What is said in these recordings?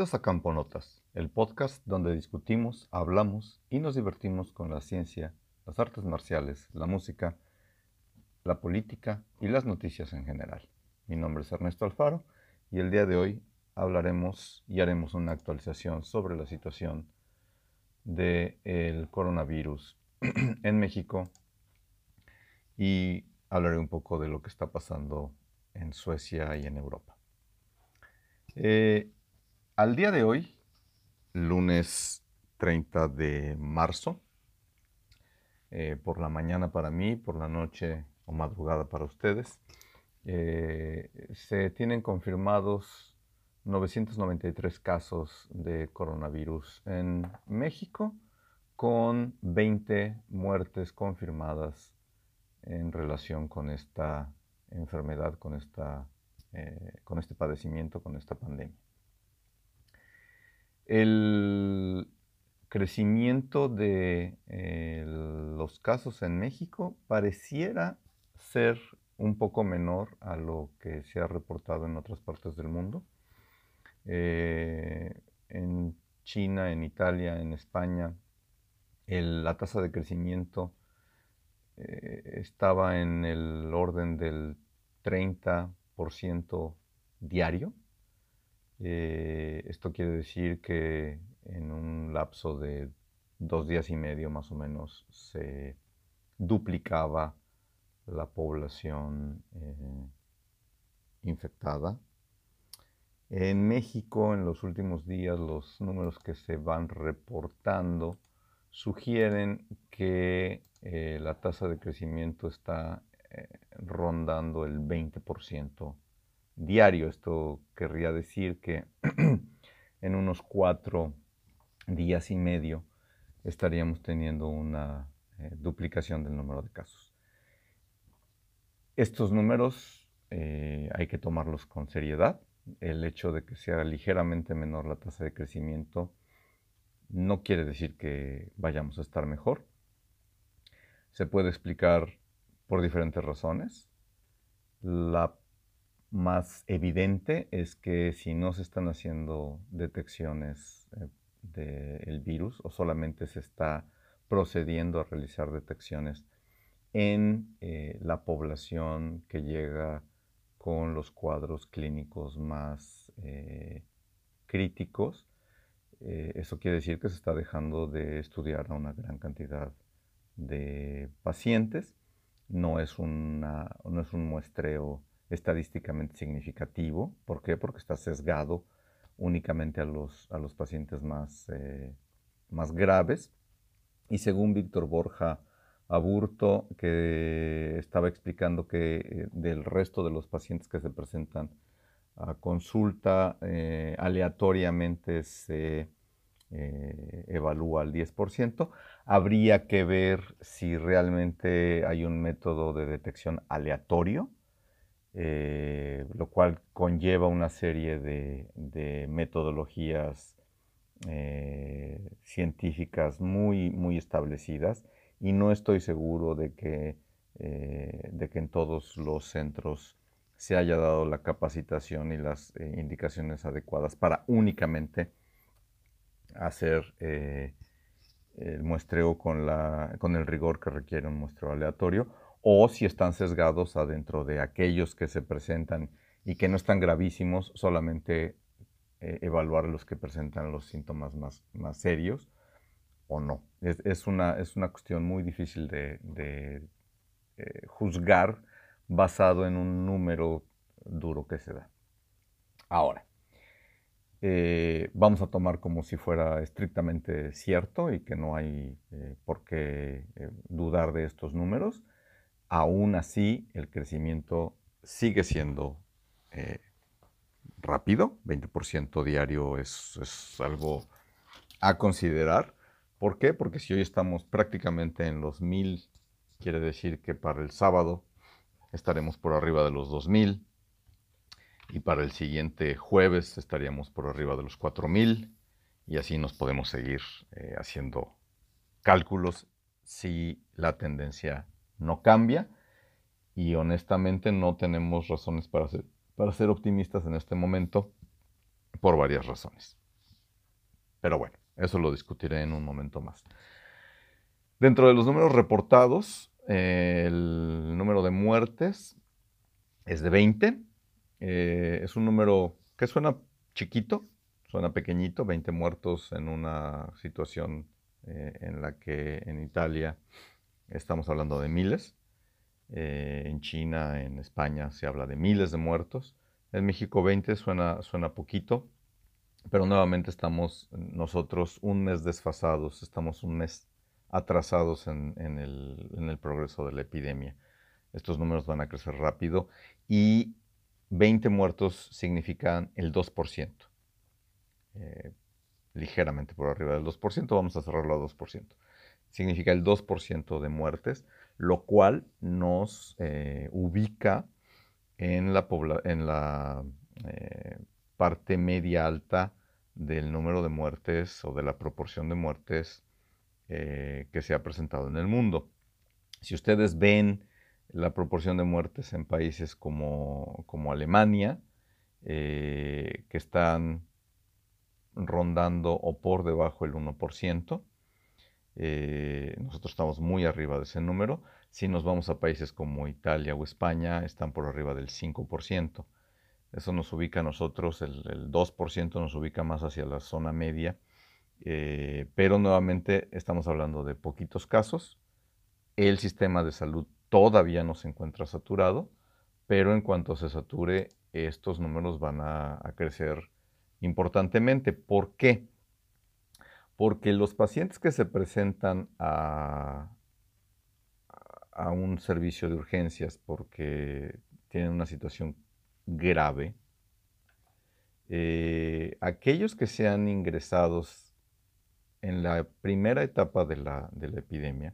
Bienvenidos a Camponotas, el podcast donde discutimos, hablamos y nos divertimos con la ciencia, las artes marciales, la música, la política y las noticias en general. Mi nombre es Ernesto Alfaro y el día de hoy hablaremos y haremos una actualización sobre la situación del coronavirus en México y hablaré un poco de lo que está pasando en Suecia y en Europa. Al día de hoy, lunes 30 de marzo, por la mañana para mí, por la noche o madrugada para ustedes, se tienen confirmados 993 casos de coronavirus en México, con 20 muertes confirmadas en relación con esta enfermedad, con este padecimiento, con esta pandemia. El crecimiento de los casos en México pareciera ser un poco menor a lo que se ha reportado en otras partes del mundo. En China, en Italia, en España, la tasa de crecimiento estaba en el orden del 30% diario. Esto quiere decir que en un lapso de 2 días y medio más o menos se duplicaba la población infectada. En México, en los últimos días, los números que se van reportando sugieren que la tasa de crecimiento está rondando el 20% diario. Esto querría decir que en unos 4 días y medio estaríamos teniendo una duplicación del número de casos. Estos números hay que tomarlos con seriedad. El hecho de que sea ligeramente menor la tasa de crecimiento no quiere decir que vayamos a estar mejor. Se puede explicar por diferentes razones. La más evidente es que si no se están haciendo detecciones del virus o solamente se está procediendo a realizar detecciones en la población que llega con los cuadros clínicos más críticos, eso quiere decir que se está dejando de estudiar a una gran cantidad de pacientes. No es un muestreo estadísticamente significativo. ¿Por qué? Porque está sesgado únicamente a los pacientes más graves. Y según Víctor Borja Aburto, que estaba explicando que del resto de los pacientes que se presentan a consulta, aleatoriamente se evalúa al 10%. Habría que ver si realmente hay un método de detección aleatorio, lo cual conlleva una serie de metodologías científicas muy establecidas, y no estoy seguro de que en todos los centros se haya dado la capacitación y las indicaciones adecuadas para únicamente hacer el muestreo con el rigor que requiere un muestreo aleatorio, o si están sesgados adentro de aquellos que se presentan y que no están gravísimos, solamente evaluar los que presentan los síntomas más serios o no. Es una cuestión muy difícil de juzgar basado en un número duro que se da. Ahora, vamos a tomar como si fuera estrictamente cierto y que no hay por qué dudar de estos números. Aún así, el crecimiento sigue siendo rápido. 20% diario es algo a considerar. ¿Por qué? Porque si hoy estamos prácticamente en los 1000, quiere decir que para el sábado estaremos por arriba de los 2000. Y para el siguiente jueves estaríamos por arriba de los 4000, y así nos podemos seguir haciendo cálculos si la tendencia no cambia. Y honestamente no tenemos razones para ser optimistas en este momento, por varias razones. Pero bueno, eso lo discutiré en un momento más. Dentro de los números reportados, el número de muertes es de 20. Es un número que suena chiquito, suena pequeñito, 20 muertos en una situación en la que en Italia estamos hablando de miles. En China, en España se habla de miles de muertos. En México 20 suena poquito, pero nuevamente estamos nosotros un mes desfasados, estamos un mes atrasados en el progreso de la epidemia. Estos números van a crecer rápido y 20 muertos significan el 2%. Ligeramente por arriba del 2%, vamos a cerrarlo a 2%. Significa el 2% de muertes, lo cual nos ubica en la parte media alta del número de muertes o de la proporción de muertes que se ha presentado en el mundo. Si ustedes ven la proporción de muertes en países como Alemania, que están rondando o por debajo del 1%, nosotros estamos muy arriba de ese número. Si nos vamos a países como Italia o España, están por arriba del 5%. Eso nos ubica a nosotros, el 2% nos ubica más hacia la zona media, pero nuevamente estamos hablando de poquitos casos. El sistema de salud todavía no se encuentra saturado, pero en cuanto se sature, estos números van a crecer importantemente. ¿Por qué? Porque los pacientes que se presentan a un servicio de urgencias porque tienen una situación grave, aquellos que sean ingresados en la primera etapa de la epidemia,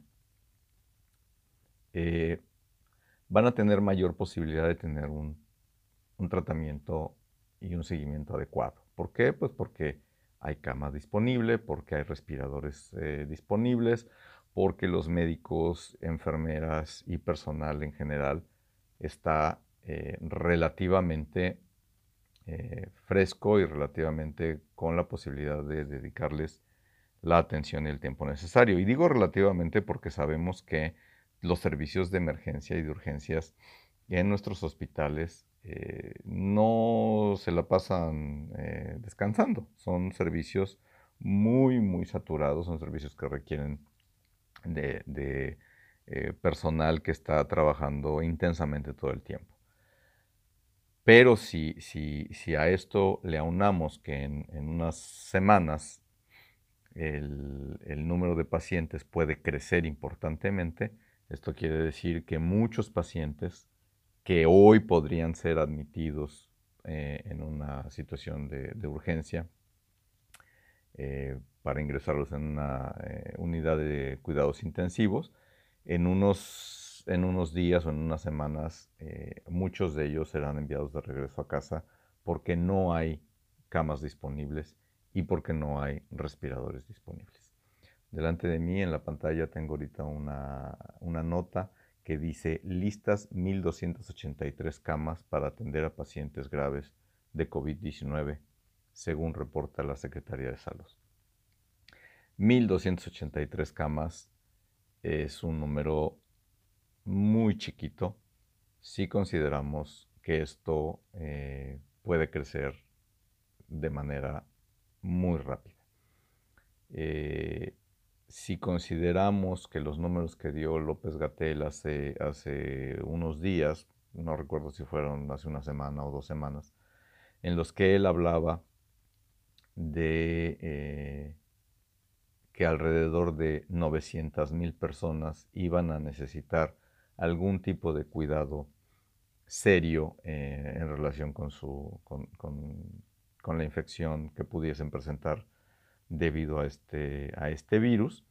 van a tener mayor posibilidad de tener un tratamiento y un seguimiento adecuado. ¿Por qué? Pues porque hay camas disponibles, porque hay respiradores disponibles, porque los médicos, enfermeras y personal en general está relativamente fresco y relativamente con la posibilidad de dedicarles la atención y el tiempo necesario. Y digo relativamente porque sabemos que los servicios de emergencia y de urgencias en nuestros hospitales no se la pasan descansando. Son servicios muy, muy saturados, son servicios que requieren de personal que está trabajando intensamente todo el tiempo. Pero si a esto le aunamos que en unas semanas el número de pacientes puede crecer importantemente, esto quiere decir que muchos pacientes que hoy podrían ser admitidos en una situación de urgencia para ingresarlos en una unidad de cuidados intensivos, en unos días o en unas semanas, muchos de ellos serán enviados de regreso a casa porque no hay camas disponibles y porque no hay respiradores disponibles. Delante de mí en la pantalla tengo ahorita una nota que dice listas 1.283 camas para atender a pacientes graves de COVID-19, según reporta la Secretaría de Salud. 1.283 camas es un número muy chiquito si consideramos que esto puede crecer de manera muy rápida. Si consideramos que los números que dio López-Gatell hace unos días, no recuerdo si fueron hace una semana o 2 semanas, en los que él hablaba de que alrededor de 900,000 personas iban a necesitar algún tipo de cuidado serio en relación con la infección que pudiesen presentar debido a este virus.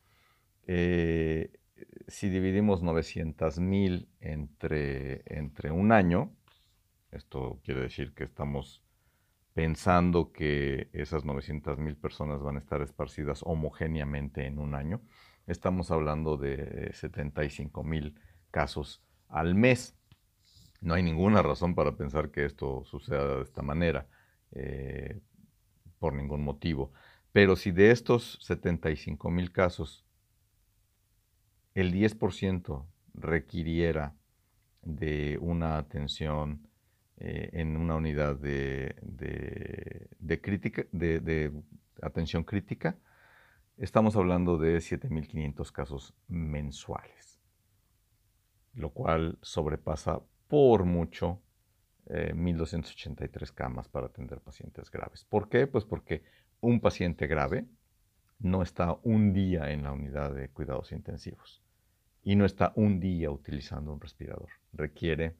Si dividimos 900,000 entre un año, esto quiere decir que estamos pensando que esas 900,000 personas van a estar esparcidas homogéneamente en un año. Estamos hablando de 75,000 casos al mes. No hay ninguna razón para pensar que esto suceda de esta manera, por ningún motivo. Pero si de estos 75,000 casos, el 10% requiriera de una atención en una unidad de atención crítica, estamos hablando de 7,500 casos mensuales, lo cual sobrepasa por mucho 1,283 camas para atender pacientes graves. ¿Por qué? Pues porque un paciente grave no está un día en la unidad de cuidados intensivos y no está un día utilizando un respirador. Requiere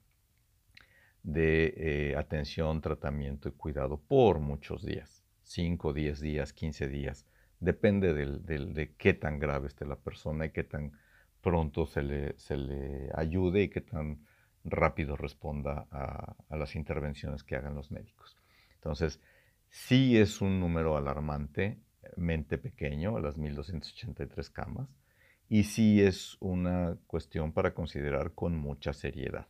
de atención, tratamiento y cuidado por muchos días, 5, 10 días, 15 días. Depende de qué tan grave esté la persona y qué tan pronto se le ayude y qué tan rápido responda a las intervenciones que hagan los médicos. Entonces, sí es un número alarmantemente pequeño, las 1,283 camas, y sí es una cuestión para considerar con mucha seriedad.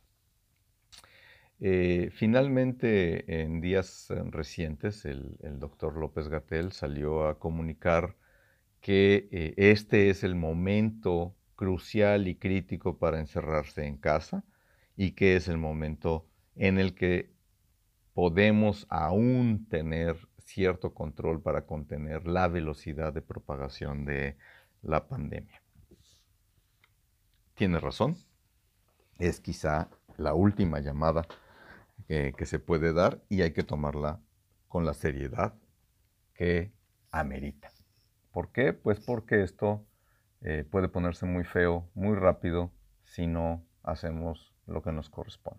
Finalmente, en días recientes, el doctor López-Gatell salió a comunicar que este es el momento crucial y crítico para encerrarse en casa y que es el momento en el que podemos aún tener cierto control para contener la velocidad de propagación de la pandemia. Tiene razón, es quizá la última llamada que se puede dar y hay que tomarla con la seriedad que amerita. ¿Por qué? Pues porque esto puede ponerse muy feo, muy rápido, si no hacemos lo que nos corresponde.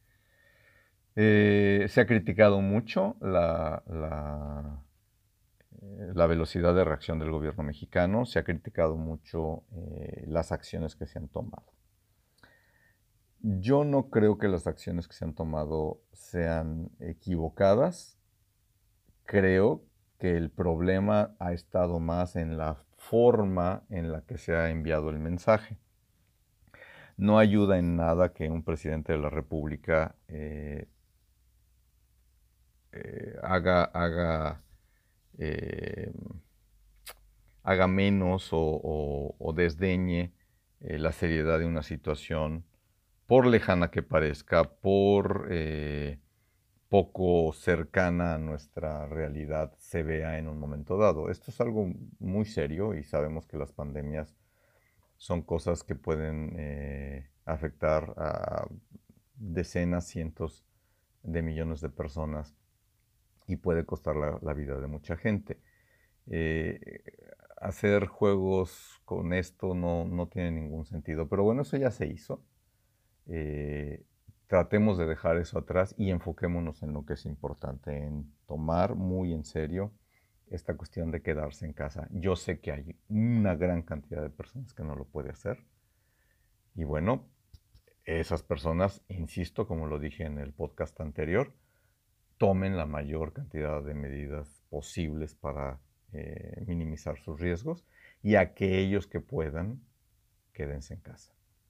Se ha criticado mucho la velocidad de reacción del gobierno mexicano, se ha criticado mucho las acciones que se han tomado. Yo no creo que las acciones que se han tomado sean equivocadas. Creo que el problema ha estado más en la forma en la que se ha enviado el mensaje. No ayuda en nada que un presidente de la República haga menos o desdeñe la seriedad de una situación, por lejana que parezca, por poco cercana a nuestra realidad se vea en un momento dado. Esto es algo muy serio y sabemos que las pandemias son cosas que pueden afectar a decenas, cientos de millones de personas y puede costar la vida de mucha gente. Hacer juegos con esto no tiene ningún sentido, pero bueno, eso ya se hizo. Tratemos de dejar eso atrás y enfoquémonos en lo que es importante, en tomar muy en serio esta cuestión de quedarse en casa. Yo sé que hay una gran cantidad de personas que no lo puede hacer. Y bueno, esas personas, insisto, como lo dije en el podcast anterior, tomen la mayor cantidad de medidas posibles para minimizar sus riesgos y aquellos que puedan, quédense en casa.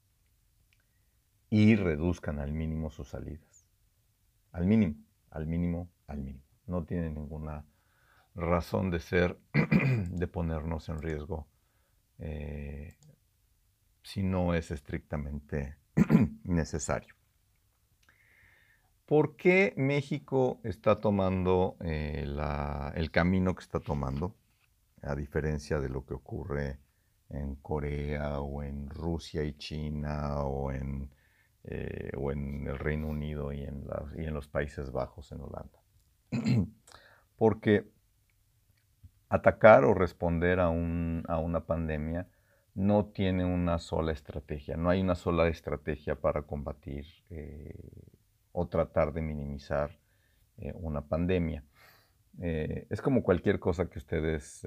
Y reduzcan al mínimo sus salidas. Al mínimo, al mínimo, al mínimo. No tiene ninguna razón de ser, de ponernos en riesgo si no es estrictamente necesario. ¿Por qué México está tomando el camino que está tomando, a diferencia de lo que ocurre en Corea o en Rusia y China o en el Reino Unido y en los Países Bajos, en Holanda? Porque atacar o responder a una pandemia no tiene una sola estrategia, no hay una sola estrategia para combatir o tratar de minimizar una pandemia. Es como cualquier cosa que ustedes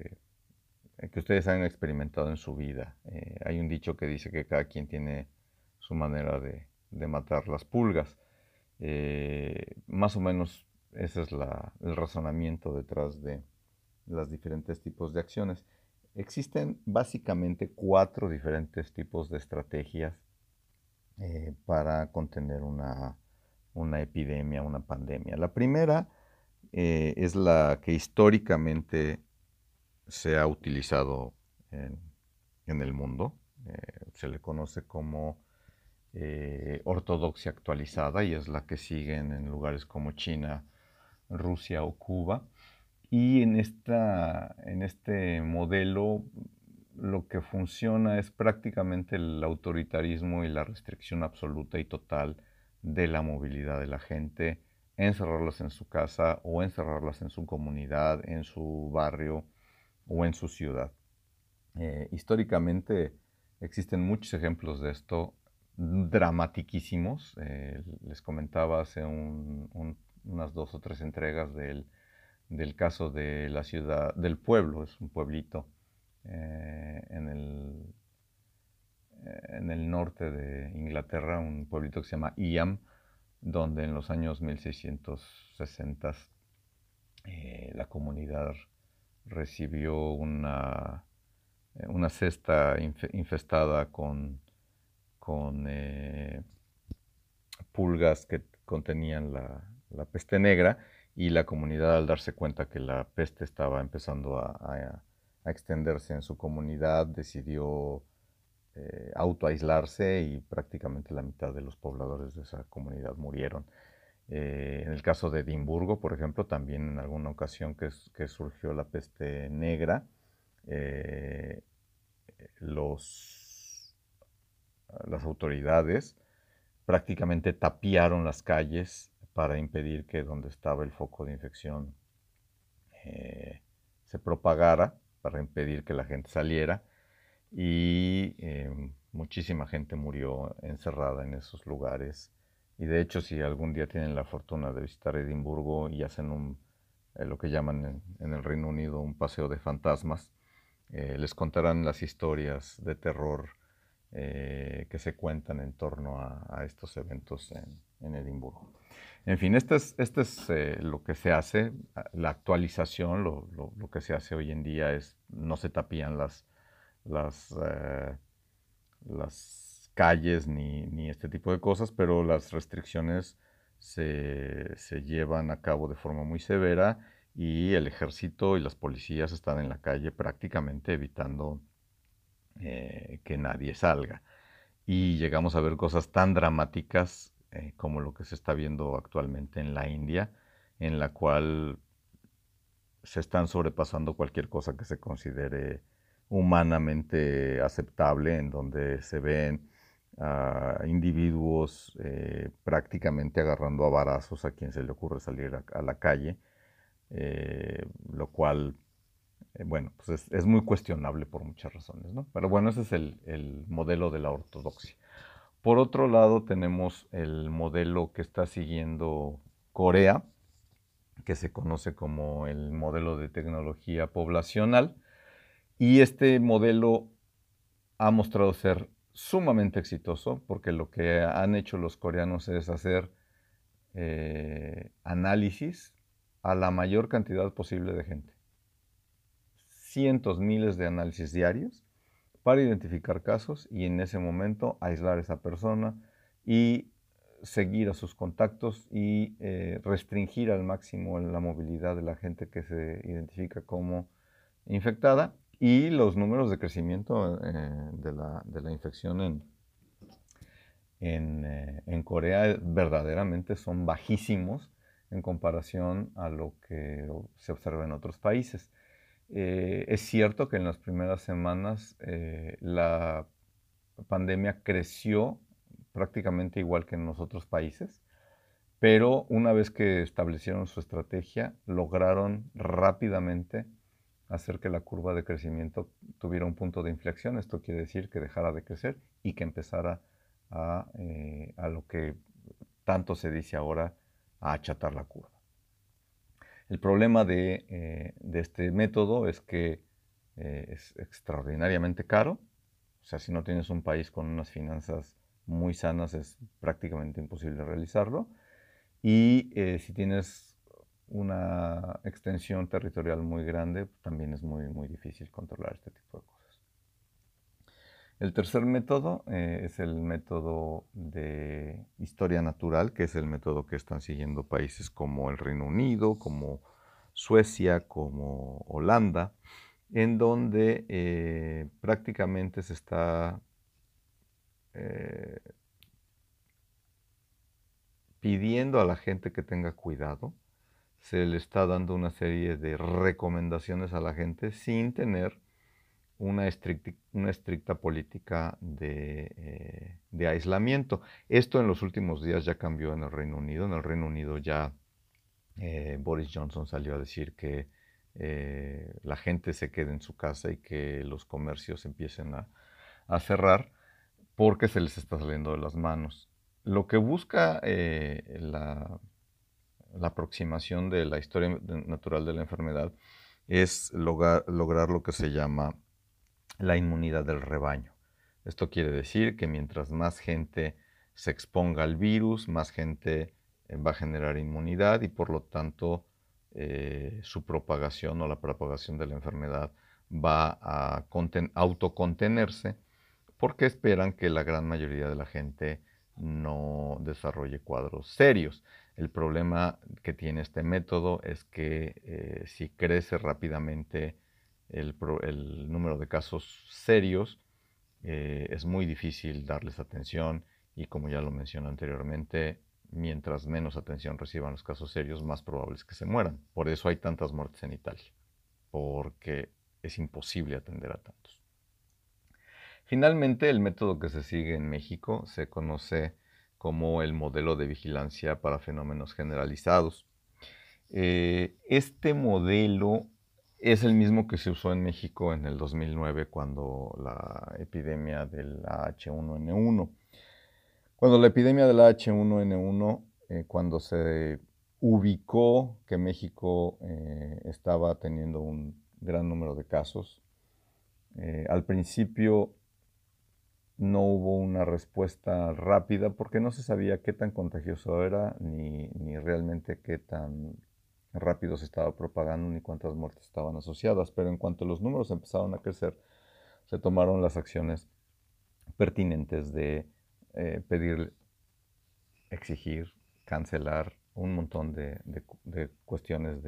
han experimentado en su vida. Hay un dicho que dice que cada quien tiene su manera de matar las pulgas. Más o menos ese es el razonamiento detrás de los diferentes tipos de acciones. Existen básicamente 4 diferentes tipos de estrategias para contener una epidemia, una pandemia. La primera es la que históricamente se ha utilizado en el mundo. Se le conoce como ortodoxia actualizada y es la que siguen en lugares como China, Rusia o Cuba. Y en este modelo lo que funciona es prácticamente el autoritarismo y la restricción absoluta y total de la movilidad de la gente, encerrarlas en su casa o encerrarlas en su comunidad, en su barrio o en su ciudad. Históricamente existen muchos ejemplos de esto, dramatiquísimos. Les comentaba hace unas 2 o 3 entregas del caso de la ciudad, del pueblo, es un pueblito eh, en el, en el norte de Inglaterra, un pueblito que se llama Iam, donde en los años 1660 la comunidad recibió una cesta infestada con pulgas que contenían la peste negra, y la comunidad, al darse cuenta que la peste estaba empezando a extenderse en su comunidad, decidió autoaislarse, y prácticamente la mitad de los pobladores de esa comunidad murieron. En el caso de Edimburgo, por ejemplo, también en alguna ocasión que surgió la peste negra, eh, las autoridades prácticamente tapiaron las calles para impedir que donde estaba el foco de infección se propagara, para impedir que la gente saliera, y muchísima gente murió encerrada en esos lugares. Y de hecho, si algún día tienen la fortuna de visitar Edimburgo y hacen lo que llaman en el Reino Unido un paseo de fantasmas, les contarán las historias de terror que se cuentan en torno a estos eventos en Edimburgo. En fin, este es lo que se hace, la actualización, lo que se hace hoy en día es, no se tapían las, eh, las calles ni este tipo de cosas, pero las restricciones se llevan a cabo de forma muy severa, y el ejército y las policías están en la calle prácticamente evitando que nadie salga. Y llegamos a ver cosas tan dramáticas como lo que se está viendo actualmente en la India, en la cual se están sobrepasando cualquier cosa que se considere humanamente aceptable, en donde se ven individuos prácticamente agarrando a varazos a quien se le ocurre salir a la calle, lo cual, bueno, pues es muy cuestionable por muchas razones, ¿no? Pero bueno, ese es el modelo de la ortodoxia. Por otro lado, tenemos el modelo que está siguiendo Corea, que se conoce como el modelo de tecnología poblacional, y este modelo ha mostrado ser sumamente exitoso, porque lo que han hecho los coreanos es hacer análisis a la mayor cantidad posible de gente. Cientos, miles de análisis diarios para identificar casos, y en ese momento aislar a esa persona y seguir a sus contactos y restringir al máximo la movilidad de la gente que se identifica como infectada. Y los números de crecimiento de la infección en Corea verdaderamente son bajísimos en comparación a lo que se observa en otros países. Es cierto que en las primeras semanas la pandemia creció prácticamente igual que en los otros países, pero una vez que establecieron su estrategia, lograron rápidamente hacer que la curva de crecimiento tuviera un punto de inflexión. Esto quiere decir que dejara de crecer y que empezara a lo que tanto se dice ahora, a achatar la curva. El problema de este método es que es extraordinariamente caro. O sea, si no tienes un país con unas finanzas muy sanas, es prácticamente imposible realizarlo. Y si tienes una extensión territorial muy grande, también es muy, muy difícil controlar este tipo de cosas. El tercer método es el método de historia natural, que es el método que están siguiendo países como el Reino Unido, como Suecia, como Holanda, en donde prácticamente se está eh, pidiendo a la gente que tenga cuidado, se le está dando una serie de recomendaciones a la gente sin tener una estricta política de aislamiento. Esto en los últimos días ya cambió en el Reino Unido. En el Reino Unido ya Boris Johnson salió a decir que la gente se quede en su casa y que los comercios empiecen a cerrar porque se les está saliendo de las manos. Lo que busca la aproximación de la historia natural de la enfermedad es lograr lo que se llama la inmunidad del rebaño. Esto quiere decir que mientras más gente se exponga al virus, más gente va a generar inmunidad y por lo tanto su propagación o la propagación de la enfermedad va a autocontenerse porque esperan que la gran mayoría de la gente no desarrolle cuadros serios. El problema que tiene este método es que si crece rápidamente el número de casos serios, es muy difícil darles atención y como ya lo mencioné anteriormente, mientras menos atención reciban los casos serios, más probable es que se mueran. Por eso hay tantas muertes en Italia, porque es imposible atender a tantos. Finalmente, el método que se sigue en México se conoce como el modelo de vigilancia para fenómenos generalizados. Este modelo es el mismo que se usó en México en el 2009 cuando la epidemia del H1N1. Cuando la epidemia del H1N1, cuando se ubicó que México estaba teniendo un gran número de casos, al principio no hubo una respuesta rápida porque no se sabía qué tan contagioso era ni realmente qué tan rápido se estaba propagando ni cuántas muertes estaban asociadas. Pero en cuanto los números empezaron a crecer, se tomaron las acciones pertinentes de pedir, exigir, cancelar un montón de cuestiones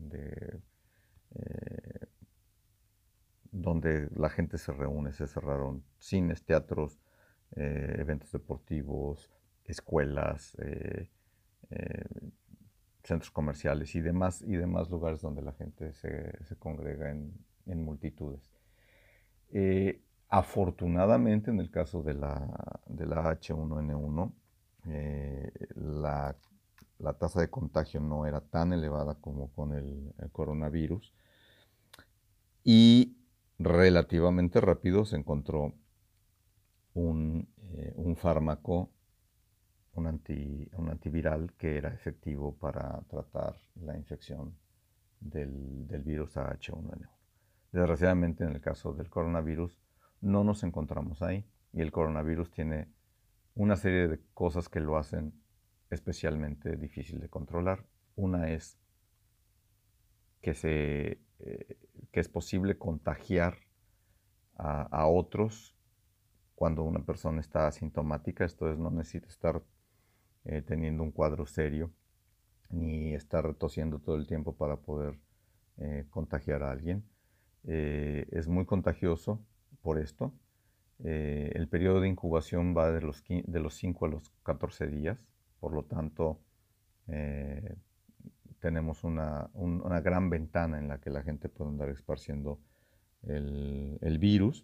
eh, donde la gente se reúne. Se cerraron cines, teatros, eventos deportivos, escuelas, eh, centros comerciales y demás lugares donde la gente se congrega en multitudes. Afortunadamente, en el caso de la H1N1, la tasa de contagio no era tan elevada como con el coronavirus y relativamente rápido se encontró un fármaco, un antiviral que era efectivo para tratar la infección del virus H1N1. Desgraciadamente, en el caso del coronavirus, no nos encontramos ahí y el coronavirus tiene una serie de cosas que lo hacen especialmente difícil de controlar. Una es que es posible contagiar a otros cuando una persona está asintomática. Esto es, no necesita estar teniendo un cuadro serio ni estar tosiendo todo el tiempo para poder contagiar a alguien. Es muy contagioso por esto. El periodo de incubación va de los 5 a los 14 días, por lo tanto tenemos una gran ventana en la que la gente puede andar esparciendo el virus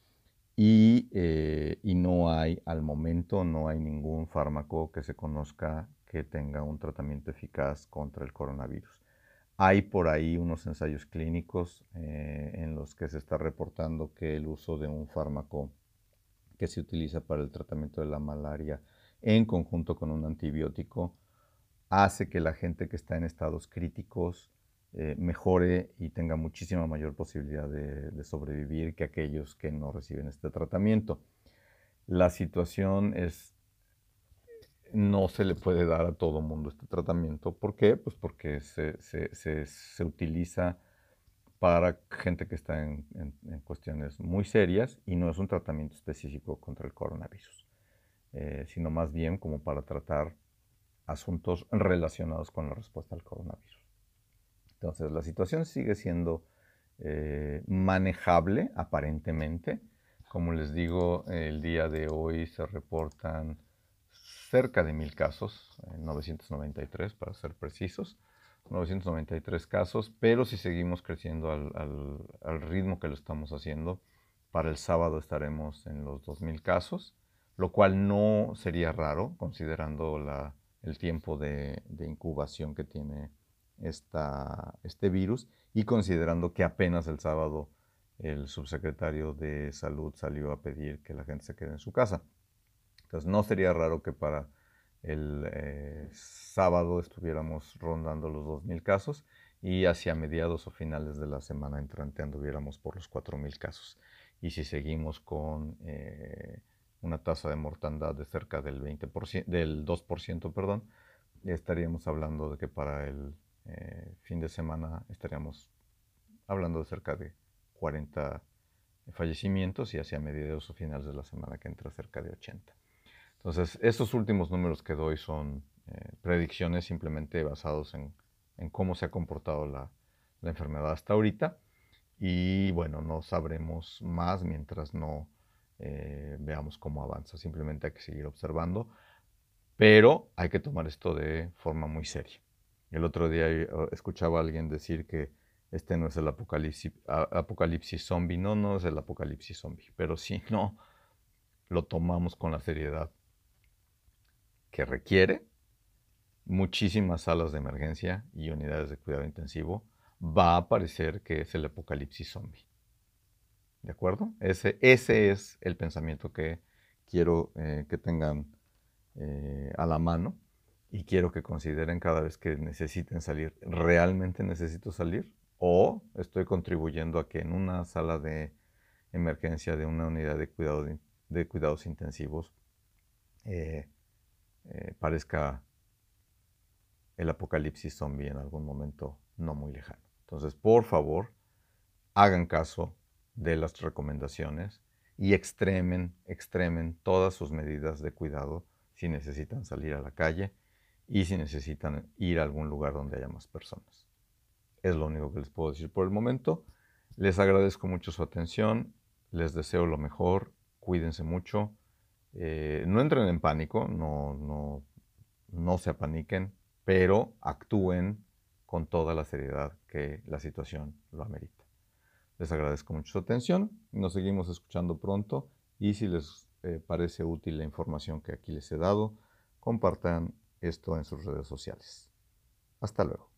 y no hay, al momento, no hay ningún fármaco que se conozca que tenga un tratamiento eficaz contra el coronavirus. Hay por ahí unos ensayos clínicos en los que se está reportando que el uso de un fármaco que se utiliza para el tratamiento de la malaria en conjunto con un antibiótico hace que la gente que está en estados críticos mejore y tenga muchísima mayor posibilidad de sobrevivir que aquellos que no reciben este tratamiento. La situación es, no se le puede dar a todo mundo este tratamiento. ¿Por qué? Pues porque se utiliza para gente que está en cuestiones muy serias y no es un tratamiento específico contra el coronavirus, sino más bien como para tratar asuntos relacionados con la respuesta al coronavirus. Entonces, la situación sigue siendo manejable aparentemente. Como les digo, el día de hoy se reportan cerca de 1000 casos, 993 para ser precisos, 993 casos, pero si seguimos creciendo al ritmo que lo estamos haciendo, para el sábado estaremos en los 2000 casos, lo cual no sería raro considerando el tiempo de incubación que tiene este virus y considerando que apenas el sábado el subsecretario de Salud salió a pedir que la gente se quede en su casa. Entonces no sería raro que para el sábado estuviéramos rondando los 2000 casos y hacia mediados o finales de la semana entrante anduviéramos por los 4000 casos. Y si seguimos con una tasa de mortandad de cerca del 20%, del 2%, perdón, estaríamos hablando de que para el fin de semana estaríamos hablando de cerca de 40 fallecimientos y hacia mediados o finales de la semana que entra cerca de 80. Entonces, estos últimos números que doy son predicciones simplemente basados en cómo se ha comportado la enfermedad hasta ahorita. Y bueno, no sabremos más mientras no veamos cómo avanza. Simplemente hay que seguir observando, pero hay que tomar esto de forma muy seria. El otro día escuchaba a alguien decir que este no es el apocalipsis zombie. No, no es el apocalipsis zombie, pero si no lo tomamos con la seriedad que requiere, muchísimas salas de emergencia y unidades de cuidado intensivo, va a parecer que es el apocalipsis zombie. ¿De acuerdo? Ese es el pensamiento que quiero que tengan a la mano y quiero que consideren cada vez que necesiten salir, ¿realmente necesito salir? ¿O estoy contribuyendo a que en una sala de emergencia de una unidad de cuidados intensivos parezca el apocalipsis zombie en algún momento no muy lejano? Entonces, por favor, hagan caso de las recomendaciones y extremen todas sus medidas de cuidado si necesitan salir a la calle y si necesitan ir a algún lugar donde haya más personas. Es lo único que les puedo decir por el momento. Les agradezco mucho su atención, les deseo lo mejor, cuídense mucho, no entren en pánico, no se apaniquen, pero actúen con toda la seriedad que la situación lo amerita. Les agradezco mucho su atención, nos seguimos escuchando pronto y si les parece útil la información que aquí les he dado, compartan esto en sus redes sociales. Hasta luego.